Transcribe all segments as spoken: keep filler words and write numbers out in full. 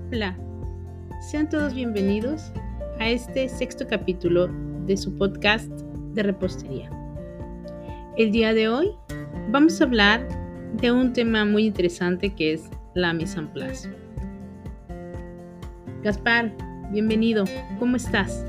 Hola, sean todos bienvenidos a este sexto capítulo de su podcast de repostería. El día de hoy vamos a hablar de un tema muy interesante que es la mise en place. Gaspar, bienvenido, ¿cómo estás?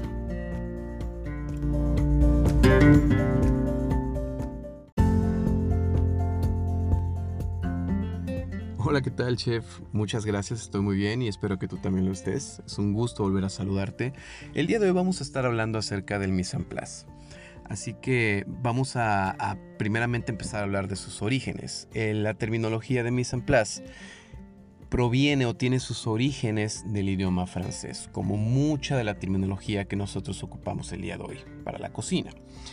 Hola, ¿qué tal, chef? Muchas gracias, estoy muy bien y espero que tú también lo estés. Es un gusto volver a saludarte. El día de hoy vamos a estar hablando acerca del mise en place. Así que vamos a, a primeramente empezar a hablar de sus orígenes. Eh, la terminología de mise en place proviene o tiene sus orígenes del idioma francés, como mucha de la terminología que nosotros ocupamos el día de hoy para la cocina.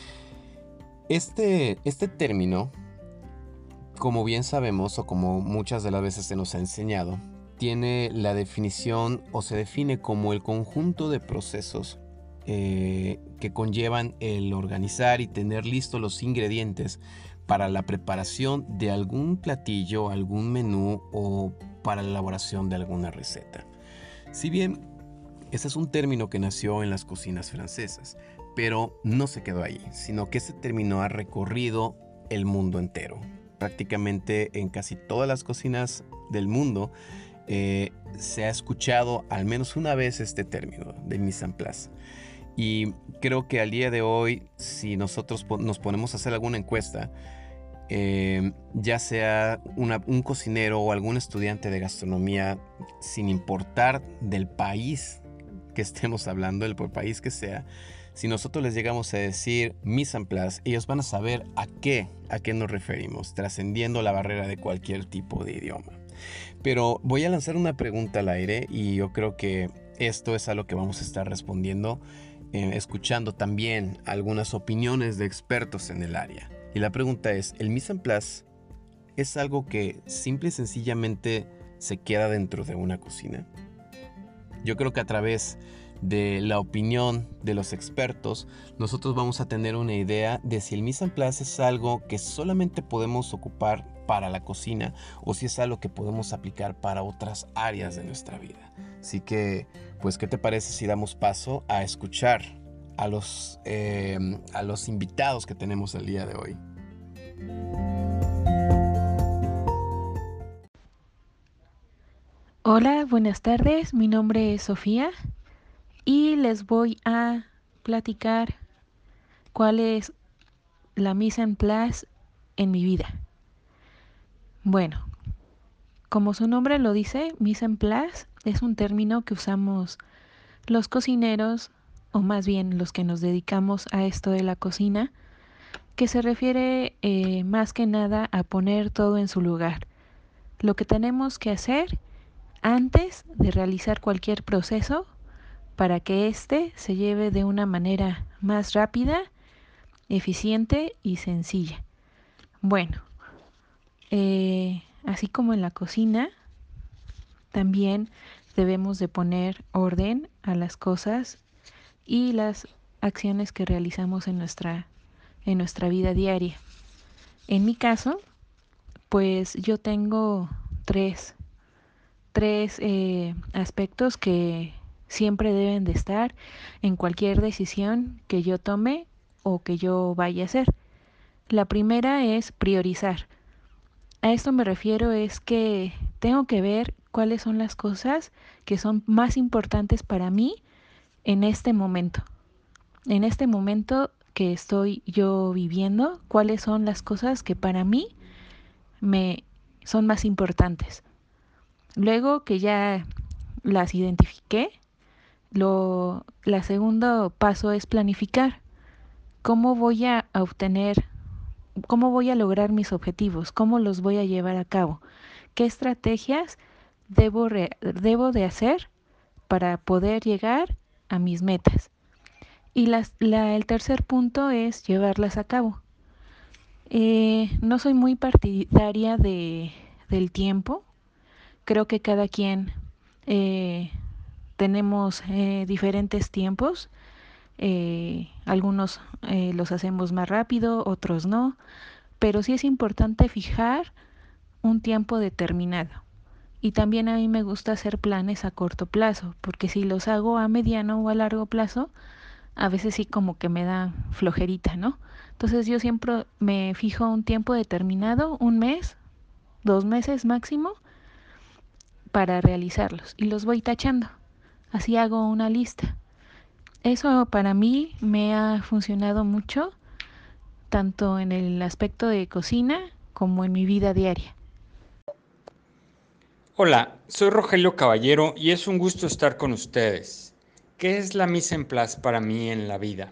Este, este término, como bien sabemos, o como muchas de las veces se nos ha enseñado, tiene la definición o se define como el conjunto de procesos eh, que conllevan el organizar y tener listos los ingredientes para la preparación de algún platillo, algún menú o para la elaboración de alguna receta. Si bien ese es un término que nació en las cocinas francesas, pero no se quedó ahí, sino que ese término ha recorrido el mundo entero. Prácticamente en casi todas las cocinas del mundo eh, se ha escuchado al menos una vez este término de mise en place. Y creo que al día de hoy, si nosotros nos ponemos a hacer alguna encuesta, eh, ya sea una, un cocinero o algún estudiante de gastronomía, sin importar del país que estemos hablando, el país que sea, si nosotros les llegamos a decir mise en place, ellos van a saber a qué, a qué nos referimos, trascendiendo la barrera de cualquier tipo de idioma. Pero voy a lanzar una pregunta al aire y yo creo que esto es a lo que vamos a estar respondiendo, eh, escuchando también algunas opiniones de expertos en el área. Y la pregunta es, ¿el mise en place es algo que simple y sencillamente se queda dentro de una cocina? Yo creo que a través de la opinión de los expertos, nosotros vamos a tener una idea de si el mise en place es algo que solamente podemos ocupar para la cocina o si es algo que podemos aplicar para otras áreas de nuestra vida. Así que, pues, ¿qué te parece si damos paso a escuchar a los, eh, a los invitados que tenemos el día de hoy? Hola, buenas tardes. Mi nombre es Sofía y les voy a platicar cuál es la mise en place en mi vida. Bueno, como su nombre lo dice, mise en place es un término que usamos los cocineros, o más bien los que nos dedicamos a esto de la cocina, que se refiere eh, más que nada a poner todo en su lugar. Lo que tenemos que hacer antes de realizar cualquier proceso para que éste se lleve de una manera más rápida, eficiente y sencilla. Bueno, eh, así como en la cocina, también debemos de poner orden a las cosas y las acciones que realizamos en nuestra, en nuestra vida diaria. En mi caso, pues yo tengo tres, tres eh, aspectos que siempre deben de estar en cualquier decisión que yo tome o que yo vaya a hacer. La primera es priorizar. A esto me refiero es que tengo que ver cuáles son las cosas que son más importantes para mí en este momento. En este momento que estoy yo viviendo, cuáles son las cosas que para mí me son más importantes. Luego que ya las identifiqué, lo, la segundo paso es planificar. ¿Cómo voy a obtener, cómo voy a lograr mis objetivos? ¿Cómo los voy a llevar a cabo? ¿Qué estrategias debo, re, debo de hacer para poder llegar a mis metas? Y las, la, el tercer punto es llevarlas a cabo. Eh, no soy muy partidaria de, del tiempo. Creo que cada quien eh, tenemos eh, diferentes tiempos. Eh, algunos eh, los hacemos más rápido, otros no, pero sí es importante fijar un tiempo determinado Y también a mí me gusta hacer planes a corto plazo, porque si los hago a mediano o a largo plazo, a veces sí como que me da flojerita, ¿no? Entonces yo siempre me fijo un tiempo determinado, un mes, dos meses máximo, para realizarlos y los voy tachando. Así hago una lista. Eso para mí me ha funcionado mucho, tanto en el aspecto de cocina como en mi vida diaria. Hola, soy Rogelio Caballero y es un gusto estar con ustedes. ¿Qué es la mise en place para mí en la vida?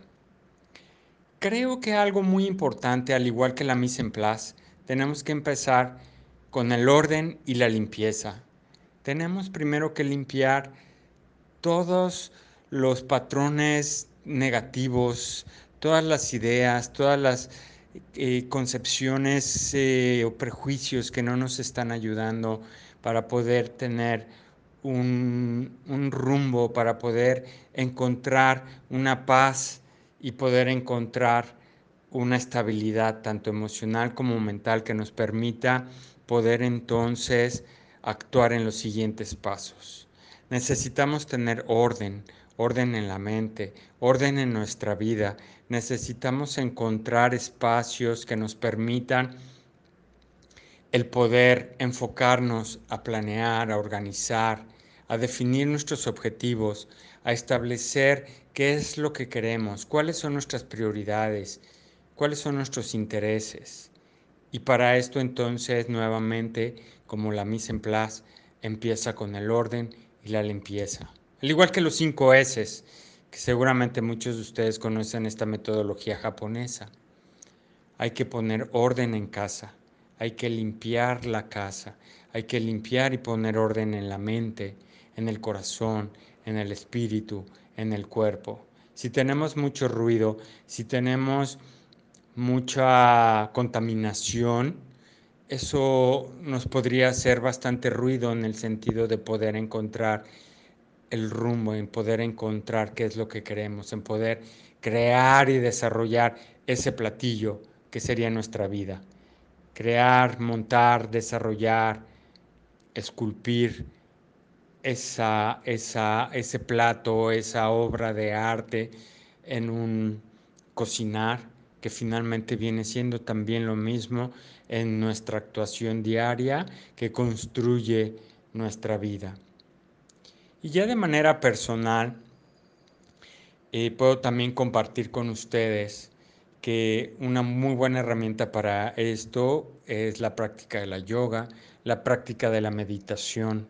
Creo que algo muy importante, al igual que la mise en place, tenemos que empezar con el orden y la limpieza. Tenemos primero que limpiar todos los patrones negativos, todas las ideas, todas las eh, concepciones eh, o prejuicios que no nos están ayudando para poder tener un, un rumbo, para poder encontrar una paz y poder encontrar una estabilidad tanto emocional como mental que nos permita poder entonces actuar en los siguientes pasos. Necesitamos tener orden, orden en la mente, orden en nuestra vida. Necesitamos encontrar espacios que nos permitan el poder enfocarnos a planear, a organizar, a definir nuestros objetivos, a establecer qué es lo que queremos, cuáles son nuestras prioridades, cuáles son nuestros intereses. Y para esto entonces nuevamente, como la mise en place, empieza con el orden y la limpieza. Al igual que los cinco S, que seguramente muchos de ustedes conocen esta metodología japonesa. Hay que poner orden en casa, hay que limpiar la casa, hay que limpiar y poner orden en la mente, en el corazón, en el espíritu, en el cuerpo. Si tenemos mucho ruido, si tenemos mucha contaminación, eso nos podría hacer bastante ruido en el sentido de poder encontrar el rumbo, en poder encontrar qué es lo que queremos, en poder crear y desarrollar ese platillo que sería nuestra vida. Crear, montar, desarrollar, esculpir esa, esa, ese plato, esa obra de arte en un cocinar, que finalmente viene siendo también lo mismo en nuestra actuación diaria que construye nuestra vida. Y ya de manera personal, eh, puedo también compartir con ustedes que una muy buena herramienta para esto es la práctica de la yoga, la práctica de la meditación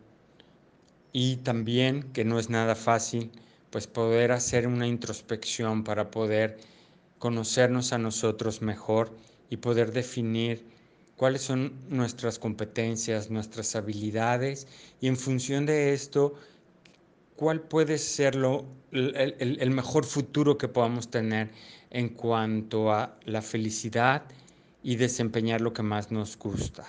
y también, que no es nada fácil, pues poder hacer una introspección para poder conocernos a nosotros mejor y poder definir cuáles son nuestras competencias, nuestras habilidades y en función de esto, cuál puede ser lo, el, el, el mejor futuro que podamos tener en cuanto a la felicidad y desempeñar lo que más nos gusta.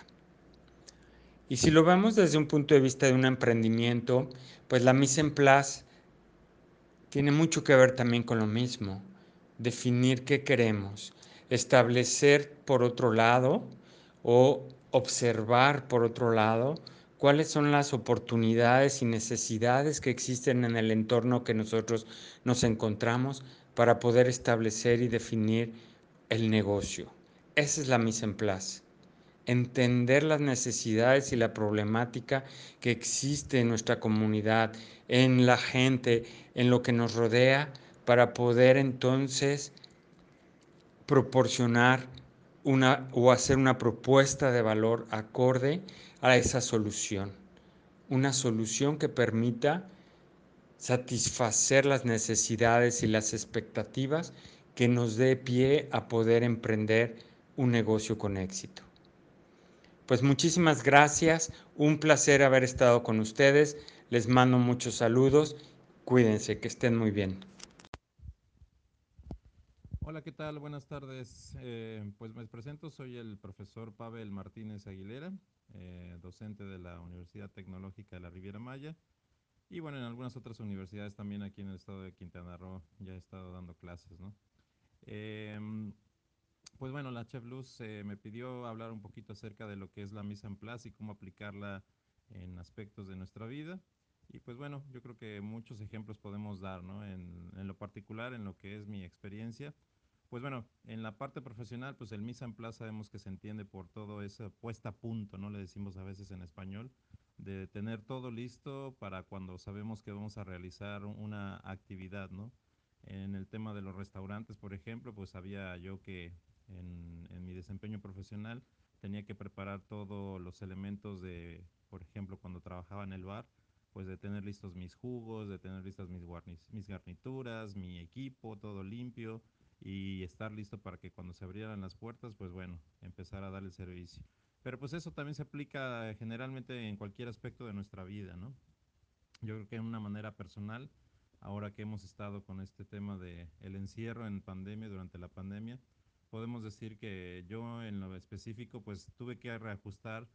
Y si lo vemos desde un punto de vista de un emprendimiento, pues la mise en place tiene mucho que ver también con lo mismo. Definir qué queremos, establecer por otro lado o observar por otro lado cuáles son las oportunidades y necesidades que existen en el entorno que nosotros nos encontramos para poder establecer y definir el negocio. Esa es la mise en place. Entender las necesidades y la problemática que existe en nuestra comunidad, en la gente, en lo que nos rodea, para poder entonces proporcionar una o hacer una propuesta de valor acorde a esa solución. Una solución que permita satisfacer las necesidades y las expectativas que nos dé pie a poder emprender un negocio con éxito. Pues muchísimas gracias, un placer haber estado con ustedes, les mando muchos saludos, cuídense, que estén muy bien. Hola, ¿qué tal? Buenas tardes. Eh, pues me presento, soy el profesor Pavel Martínez Aguilera, eh, docente de la Universidad Tecnológica de la Riviera Maya y bueno, en algunas otras universidades también aquí en el estado de Quintana Roo ya he estado dando clases, ¿no? Em, pues bueno, la Chef Luz eh, me pidió hablar un poquito acerca de lo que es la mise en place y cómo aplicarla en aspectos de nuestra vida. Y pues bueno, yo creo que muchos ejemplos podemos dar, ¿no? En, en lo particular, en lo que es mi experiencia. Pues bueno, en la parte profesional, pues el mise en place sabemos que se entiende por todo esa puesta a punto, ¿no? Le decimos a veces en español, de tener todo listo para cuando sabemos que vamos a realizar una actividad, ¿no? En el tema de los restaurantes, por ejemplo, pues sabía yo que en, en mi desempeño profesional tenía que preparar todos los elementos de, por ejemplo, cuando trabajaba en el bar, pues de tener listos mis jugos, de tener listas mis, guarni mis garnituras, mi equipo, todo limpio y estar listo para que cuando se abrieran las puertas, pues bueno, empezar a dar el servicio. Pero pues eso también se aplica generalmente en cualquier aspecto de nuestra vida, ¿no? Yo creo que en una manera personal, ahora que hemos estado con este tema de el encierro en pandemia, durante la pandemia, podemos decir que yo en lo específico, pues tuve que reajustar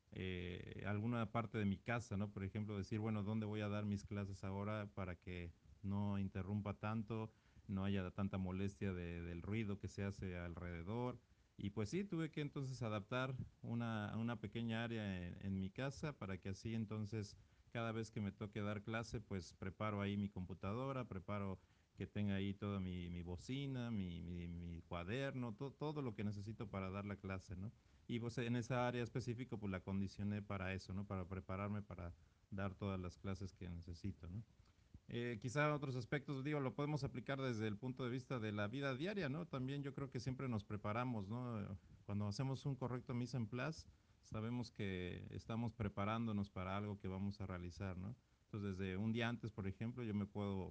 eh, alguna parte de mi casa, ¿no? Por ejemplo, decir, bueno, ¿dónde voy a dar mis clases ahora para que no interrumpa tanto, no haya tanta molestia de, del ruido que se hace alrededor? Y pues sí, tuve que entonces adaptar una, una pequeña área en, en mi casa para que así entonces cada vez que me toque dar clase, pues preparo ahí mi computadora, preparo que tenga ahí toda mi, mi bocina, mi, mi, mi cuaderno, to, todo lo que necesito para dar la clase, ¿no? Y pues en esa área específica, pues la condicioné para eso, ¿no? Para prepararme para dar todas las clases que necesito, ¿no? Eh, quizá otros aspectos, digo, lo podemos aplicar desde el punto de vista de la vida diaria, ¿no? También yo creo que siempre nos preparamos, ¿no? Cuando hacemos un correcto mise en place, sabemos que estamos preparándonos para algo que vamos a realizar, ¿no? Entonces, desde un día antes, por ejemplo, yo me puedo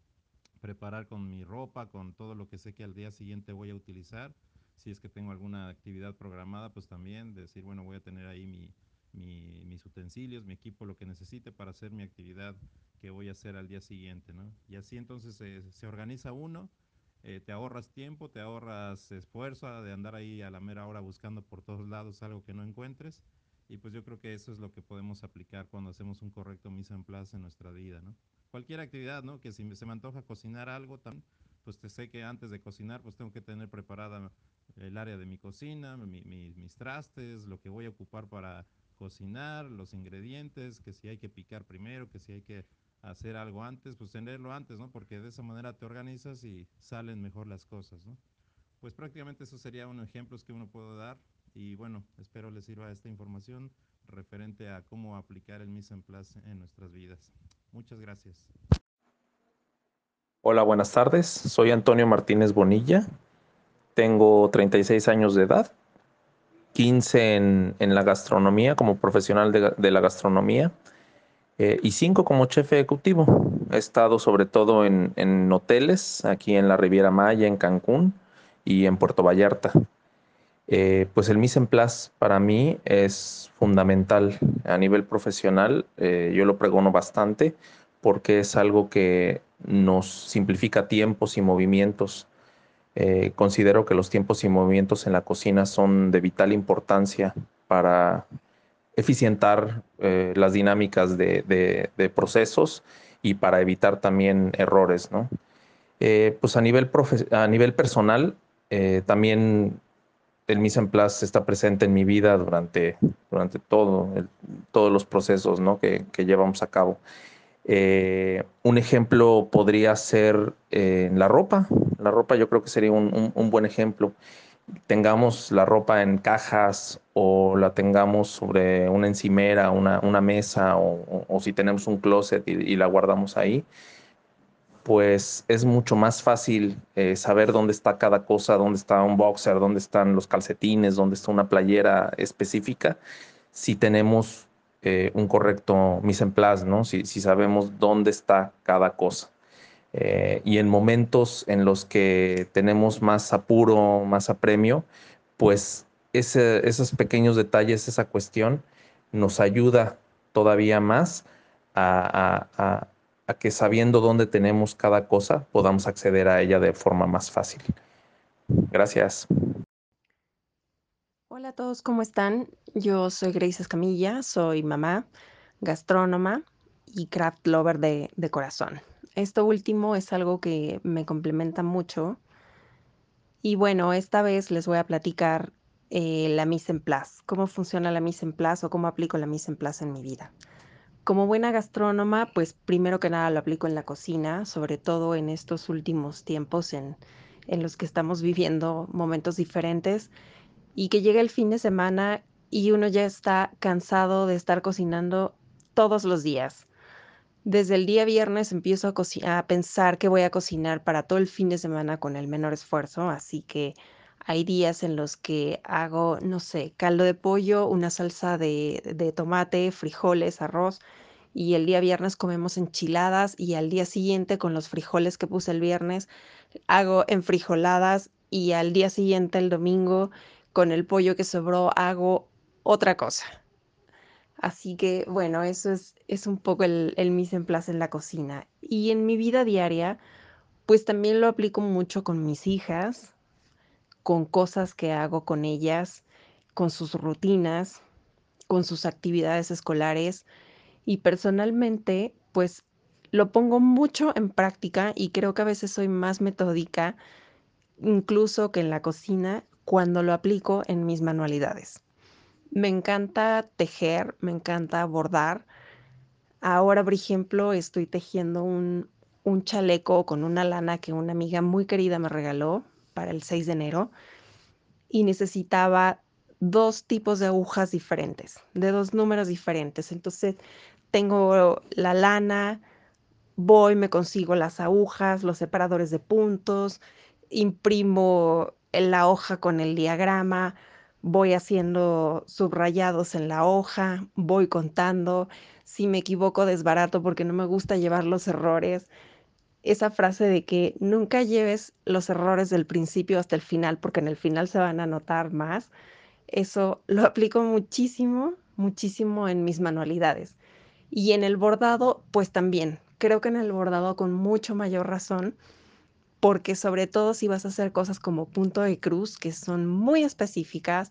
preparar con mi ropa, con todo lo que sé que al día siguiente voy a utilizar. Si es que tengo alguna actividad programada, pues también decir, bueno, voy a tener ahí mi, mi, mis utensilios, mi equipo, lo que necesite para hacer mi actividad que voy a hacer al día siguiente, ¿no? Y así entonces eh, se organiza uno, eh, te ahorras tiempo, te ahorras esfuerzo de andar ahí a la mera hora buscando por todos lados algo que no encuentres. Y pues yo creo que eso es lo que podemos aplicar cuando hacemos un correcto mise en place en nuestra vida, ¿no? Cualquier actividad, ¿no? Que si se me antoja cocinar algo, también, pues te sé que antes de cocinar, pues tengo que tener preparada el área de mi cocina, mi, mi, mis trastes, lo que voy a ocupar para cocinar, los ingredientes, que si hay que picar primero, que si hay que hacer algo antes, pues tenerlo antes, ¿no? Porque de esa manera te organizas y salen mejor las cosas, ¿no? Pues prácticamente eso sería unos ejemplos que uno puede dar y bueno, espero les sirva esta información referente a cómo aplicar el mise en place en nuestras vidas. Muchas gracias. Hola, buenas tardes. Soy Antonio Martínez Bonilla. Tengo treinta y seis años de edad, quince en, en la gastronomía como profesional de, de la gastronomía eh, y cinco como chef ejecutivo. He estado sobre todo en, en hoteles aquí en la Riviera Maya, en Cancún y en Puerto Vallarta. Eh, pues el mise en place para mí es fundamental a nivel profesional. Eh, yo lo pregono bastante porque es algo que nos simplifica tiempos y movimientos. Eh, considero que los tiempos y movimientos en la cocina son de vital importancia para eficientar eh, las dinámicas de, de, de, procesos y para evitar también errores, ¿no? Eh, pues a nivel, profe a nivel personal, eh, también el mise en place está presente en mi vida durante, durante todo el, todos los procesos, ¿no? que, que llevamos a cabo. Eh, un ejemplo podría ser eh, la ropa. La ropa yo creo que sería un, un, un, buen ejemplo. Tengamos la ropa en cajas o la tengamos sobre una encimera, una, una mesa o, o, o si tenemos un closet y, y la guardamos ahí, pues es mucho más fácil eh, saber dónde está cada cosa, dónde está un boxer, dónde están los calcetines, dónde está una playera específica, si tenemos eh, un correcto mise en place, ¿no? Si, si sabemos dónde está cada cosa. Eh, y en momentos en los que tenemos más apuro, más apremio, pues ese, esos pequeños detalles, esa cuestión, nos ayuda todavía más a, a, a, a que sabiendo dónde tenemos cada cosa, podamos acceder a ella de forma más fácil. Gracias. Hola a todos, ¿cómo están? Yo soy Grace Escamilla, soy mamá, gastrónoma y craft lover de, de corazón. Esto último es algo que me complementa mucho. Y bueno, esta vez les voy a platicar eh, la mise en place, cómo funciona la mise en place o cómo aplico la mise en place en mi vida. Como buena gastrónoma, pues primero que nada lo aplico en la cocina, sobre todo en estos últimos tiempos en, en los que estamos viviendo momentos diferentes y que llega el fin de semana y uno ya está cansado de estar cocinando todos los días. Desde el día viernes empiezo a, coci- a pensar que voy a cocinar para todo el fin de semana con el menor esfuerzo, así que hay días en los que hago, no sé, caldo de pollo, una salsa de, de tomate, frijoles, arroz, y el día viernes comemos enchiladas y al día siguiente con los frijoles que puse el viernes hago enfrijoladas y al día siguiente, el domingo, con el pollo que sobró, hago otra cosa. Así que, bueno, eso es, es un poco el, el mise en place en la cocina. Y en mi vida diaria, pues también lo aplico mucho con mis hijas, con cosas que hago con ellas, con sus rutinas, con sus actividades escolares. Y personalmente, pues lo pongo mucho en práctica y creo que a veces soy más metódica, incluso que en la cocina, cuando lo aplico en mis manualidades. Me encanta tejer, me encanta bordar. Ahora, por ejemplo, estoy tejiendo un, un chaleco con una lana que una amiga muy querida me regaló para el seis de enero y necesitaba dos tipos de agujas diferentes, de dos números diferentes. Entonces, tengo la lana, voy, me consigo las agujas, los separadores de puntos, imprimo en la hoja con el diagrama, voy haciendo subrayados en la hoja, voy contando. Si me equivoco, desbarato porque no me gusta llevar los errores. Esa frase de que nunca lleves los errores del principio hasta el final, porque en el final se van a notar más, eso lo aplico muchísimo, muchísimo en mis manualidades. Y en el bordado, pues también, creo que en el bordado con mucho mayor razón, porque sobre todo si vas a hacer cosas como punto de cruz, que son muy específicas,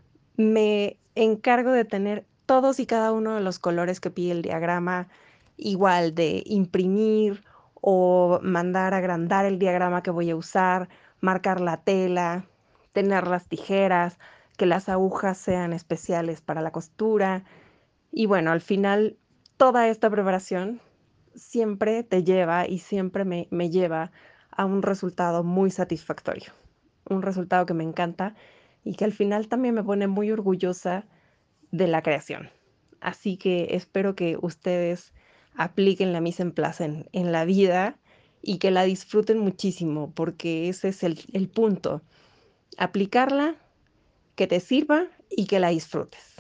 me encargo de tener todos y cada uno de los colores que pide el diagrama, igual de imprimir o mandar a agrandar el diagrama que voy a usar, marcar la tela, tener las tijeras, que las agujas sean especiales para la costura. Y bueno, al final, toda esta preparación siempre te lleva y siempre me, me lleva a un resultado muy satisfactorio, un resultado que me encanta y que al final también me pone muy orgullosa de la creación. Así que espero que ustedes apliquen la mise en place en, en la vida y que la disfruten muchísimo, porque ese es el, el punto. Aplicarla, que te sirva y que la disfrutes.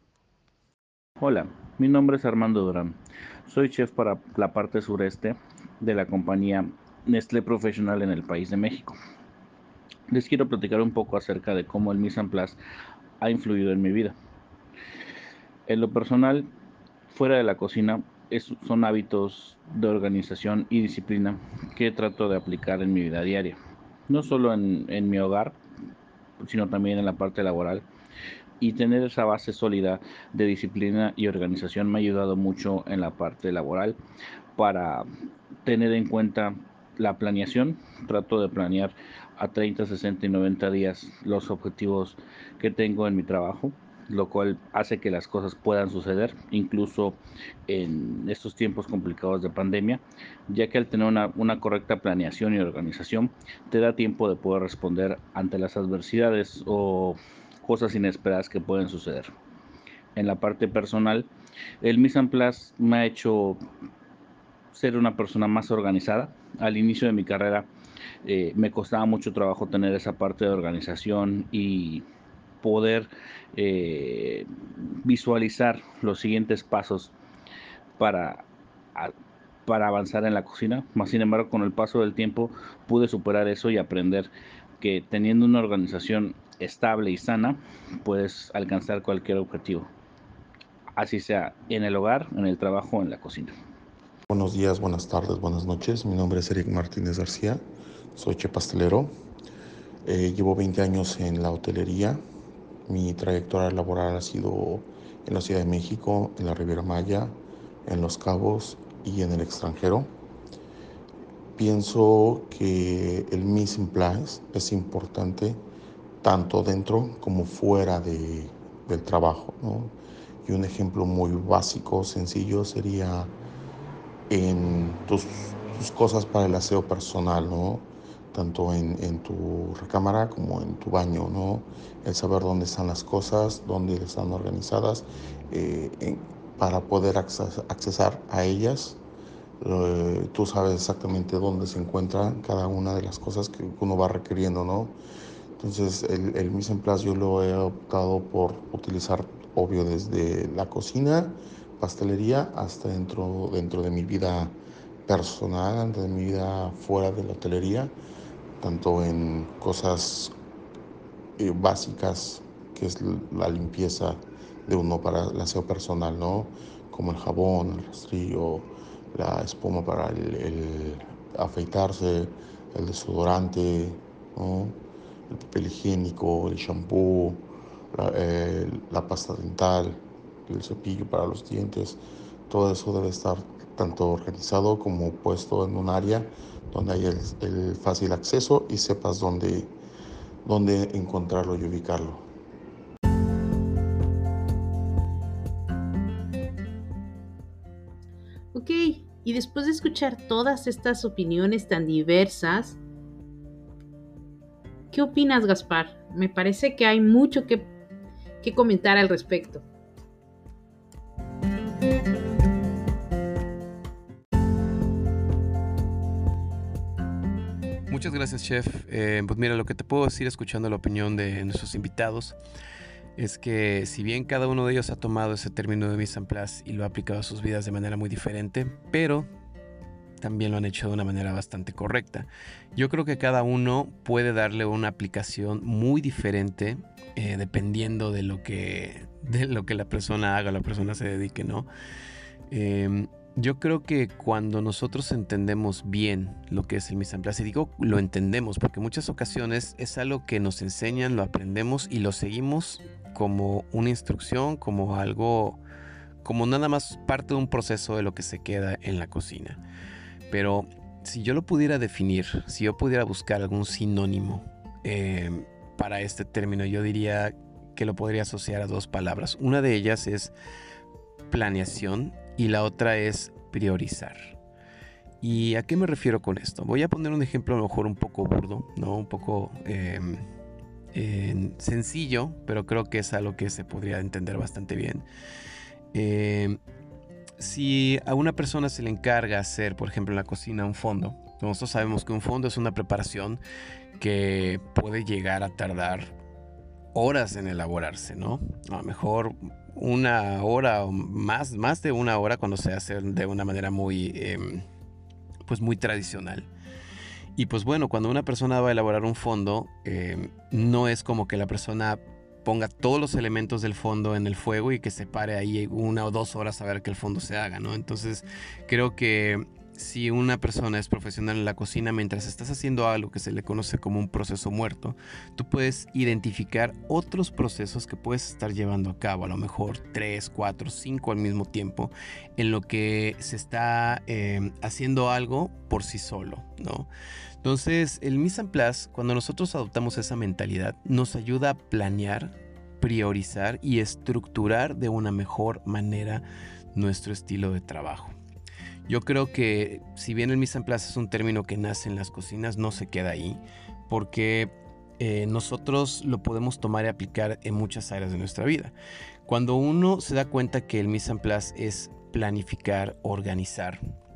Hola, mi nombre es Armando Durán. Soy chef para la parte sureste de la compañía Nestlé Professional en el país de México. Les quiero platicar un poco acerca de cómo el mise en place ha influido en mi vida. En lo personal, fuera de la cocina, es- son hábitos de organización y disciplina que trato de aplicar en mi vida diaria. No solo en, en mi hogar, sino también en la parte laboral. Y tener esa base sólida de disciplina y organización me ha ayudado mucho en la parte laboral para tener en cuenta la planeación. Trato de planear a treinta, sesenta y noventa días los objetivos que tengo en mi trabajo, lo cual hace que las cosas puedan suceder, incluso en estos tiempos complicados de pandemia, ya que al tener una, una correcta planeación y organización, te da tiempo de poder responder ante las adversidades o cosas inesperadas que pueden suceder. En la parte personal, el mise en place me ha hecho ser una persona más organizada. Al inicio de mi carrera eh, me costaba mucho trabajo tener esa parte de organización y poder eh, visualizar los siguientes pasos para, a- para avanzar en la cocina. Más sin embargo, con el paso del tiempo pude superar eso y aprender que teniendo una organización estable y sana, puedes alcanzar cualquier objetivo, así sea en el hogar, en el trabajo o en la cocina. Buenos días, buenas tardes, buenas noches. Mi nombre es Eric Martínez García. Soy chef pastelero. Eh, llevo veinte años en la hotelería. Mi trayectoria laboral ha sido en la Ciudad de México, en la Riviera Maya, en Los Cabos y en el extranjero. Pienso que el mise en place es importante tanto dentro como fuera de, del trabajo, ¿no? Y un ejemplo muy básico, sencillo, sería en tus, tus cosas para el aseo personal, ¿no? Tanto en, en tu recámara como en tu baño, ¿no? El saber dónde están las cosas, dónde están organizadas, eh, en, para poder accesar, accesar a ellas. Eh, tú sabes exactamente dónde se encuentran cada una de las cosas que uno va requiriendo, ¿no? Entonces el, el mise en place yo lo he optado por utilizar, obvio, desde la cocina, pastelería, hasta dentro, dentro de mi vida personal, dentro de mi vida fuera de la hotelería, tanto en cosas eh, básicas, que es la limpieza de uno para el aseo personal, ¿no? Como el jabón, el rastrillo, la espuma para el, el afeitarse, el desodorante, ¿no? El papel higiénico, el shampoo, la, eh, la pasta dental, el cepillo para los dientes. Todo eso debe estar tanto organizado como puesto en un área donde haya el, el fácil acceso y sepas dónde, dónde encontrarlo y ubicarlo. Ok, y después de escuchar todas estas opiniones tan diversas, ¿qué opinas, Gaspar? Me parece que hay mucho que, que comentar al respecto. Muchas gracias, chef. Eh, pues mira, lo que te puedo decir escuchando la opinión de nuestros invitados es que si bien cada uno de ellos ha tomado ese término de mise en place y lo ha aplicado a sus vidas de manera muy diferente, pero también lo han hecho de una manera bastante correcta. Yo creo que cada uno puede darle una aplicación muy diferente eh, dependiendo de lo que, de lo que la persona haga, la persona se dedique, ¿no? Eh, Yo creo que cuando nosotros entendemos bien lo que es el mise en place, y digo lo entendemos porque en muchas ocasiones es algo que nos enseñan, lo aprendemos y lo seguimos como una instrucción, como algo, como nada más parte de un proceso de lo que se queda en la cocina. Pero si yo lo pudiera definir, si yo pudiera buscar algún sinónimo eh, para este término, yo diría que lo podría asociar a dos palabras. Una de ellas es planeación y la otra es priorizar. ¿Y a qué me refiero con esto? Voy a poner un ejemplo a lo mejor un poco burdo, ¿no? Un poco eh, eh, sencillo, pero creo que es algo que se podría entender bastante bien. Eh, si a una persona se le encarga hacer, por ejemplo, en la cocina un fondo, nosotros sabemos que un fondo es una preparación que puede llegar a tardar horas en elaborarse, ¿no? A lo mejor una hora o más, más de una hora cuando se hace de una manera muy, eh, pues muy tradicional. Y pues bueno, cuando una persona va a elaborar un fondo, eh, no es como que la persona ponga todos los elementos del fondo en el fuego y que se pare ahí una o dos horas a ver que el fondo se haga, ¿no? Entonces creo que si una persona es profesional en la cocina, mientras estás haciendo algo que se le conoce como un proceso muerto, tú puedes identificar otros procesos que puedes estar llevando a cabo, a lo mejor tres, cuatro, cinco al mismo tiempo, en lo que se está eh, haciendo algo por sí solo, ¿no? Entonces, el mise en place, cuando nosotros adoptamos esa mentalidad, nos ayuda a planear, priorizar y estructurar de una mejor manera nuestro estilo de trabajo. Yo creo que si bien el mise en place es un término que nace en las cocinas, no se queda ahí, porque eh, nosotros lo podemos tomar y aplicar en muchas áreas de nuestra vida. Cuando uno se da cuenta que el mise en place es planificar, organizar,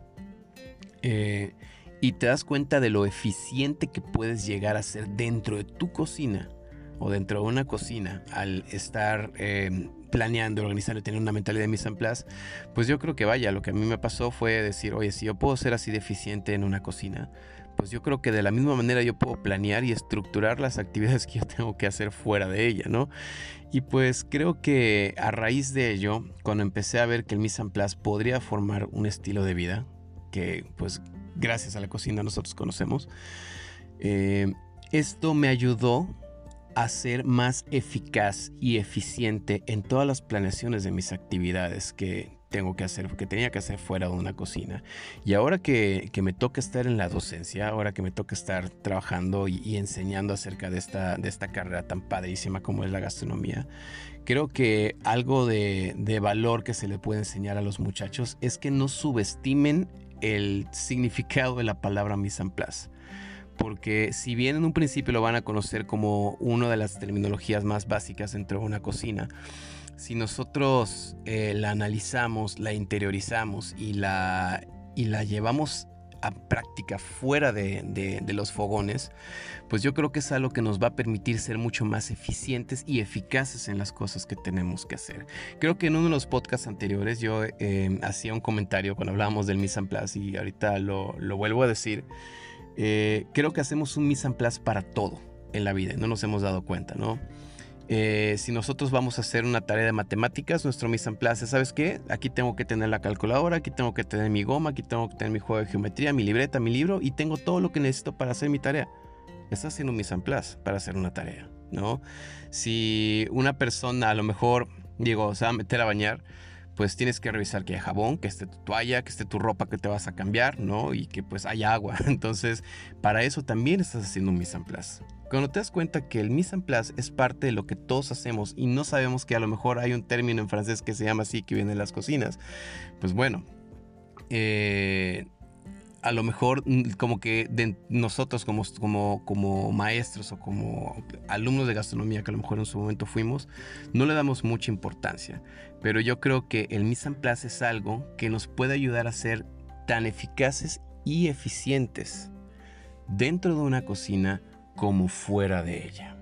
eh, y te das cuenta de lo eficiente que puedes llegar a ser dentro de tu cocina o dentro de una cocina al estar eh, planeando, organizando y tener una mentalidad de mise en place, pues yo creo que vaya, lo que a mí me pasó fue decir, oye, si yo puedo ser así de eficiente en una cocina, pues yo creo que de la misma manera yo puedo planear y estructurar las actividades que yo tengo que hacer fuera de ella, ¿no? Y pues creo que a raíz de ello, cuando empecé a ver que el mise en place podría formar un estilo de vida, que pues gracias a la cocina nosotros conocemos, eh, esto me ayudó a ser más eficaz y eficiente en todas las planeaciones de mis actividades que tengo que hacer, que tenía que hacer fuera de una cocina. Y ahora que, que me toca estar en la docencia, ahora que me toca estar trabajando y, y enseñando acerca de esta, de esta carrera tan padrísima como es la gastronomía, creo que algo de, de valor que se le puede enseñar a los muchachos es que no subestimen el significado de la palabra mise en place. Porque si bien en un principio lo van a conocer como una de las terminologías más básicas dentro de una cocina, si nosotros eh, la analizamos, la interiorizamos y la, y la llevamos a práctica fuera de, de, de los fogones, pues yo creo que es algo que nos va a permitir ser mucho más eficientes y eficaces en las cosas que tenemos que hacer. Creo que en uno de los podcasts anteriores yo eh, hacía un comentario cuando hablábamos del mise en place y ahorita lo, lo vuelvo a decir. Eh, creo que hacemos un mise en place para todo en la vida, no nos hemos dado cuenta, ¿no? Eh, si nosotros vamos a hacer una tarea de matemáticas, nuestro mise en place, ¿sabes qué? Aquí tengo que tener la calculadora, aquí tengo que tener mi goma, aquí tengo que tener mi juego de geometría, mi libreta, mi libro y tengo todo lo que necesito para hacer mi tarea. Estás haciendo un mise en place para hacer una tarea, ¿no? Si una persona a lo mejor, digo, se va a meter a bañar, pues tienes que revisar que haya jabón, que esté tu toalla, que esté tu ropa que te vas a cambiar, ¿no? Y que pues haya agua. Entonces, para eso también estás haciendo un mise en place. Cuando te das cuenta que el mise en place es parte de lo que todos hacemos y no sabemos que a lo mejor hay un término en francés que se llama así, que viene de las cocinas, pues bueno, eh... a lo mejor como que de nosotros como, como, como maestros o como alumnos de gastronomía que a lo mejor en su momento fuimos, no le damos mucha importancia. Pero yo creo que el mise en place es algo que nos puede ayudar a ser tan eficaces y eficientes dentro de una cocina como fuera de ella.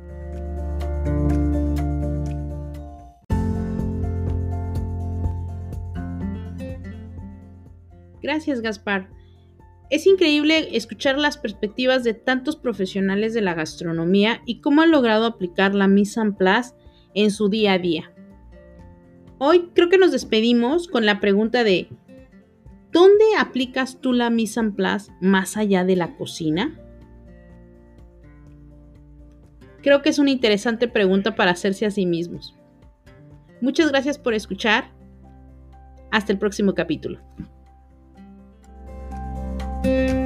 Gracias, Gaspar. Es increíble escuchar las perspectivas de tantos profesionales de la gastronomía y cómo han logrado aplicar la mise en place en su día a día. Hoy creo que nos despedimos con la pregunta de ¿dónde aplicas tú la mise en place más allá de la cocina? Creo que es una interesante pregunta para hacerse a sí mismos. Muchas gracias por escuchar. Hasta el próximo capítulo. Thank you.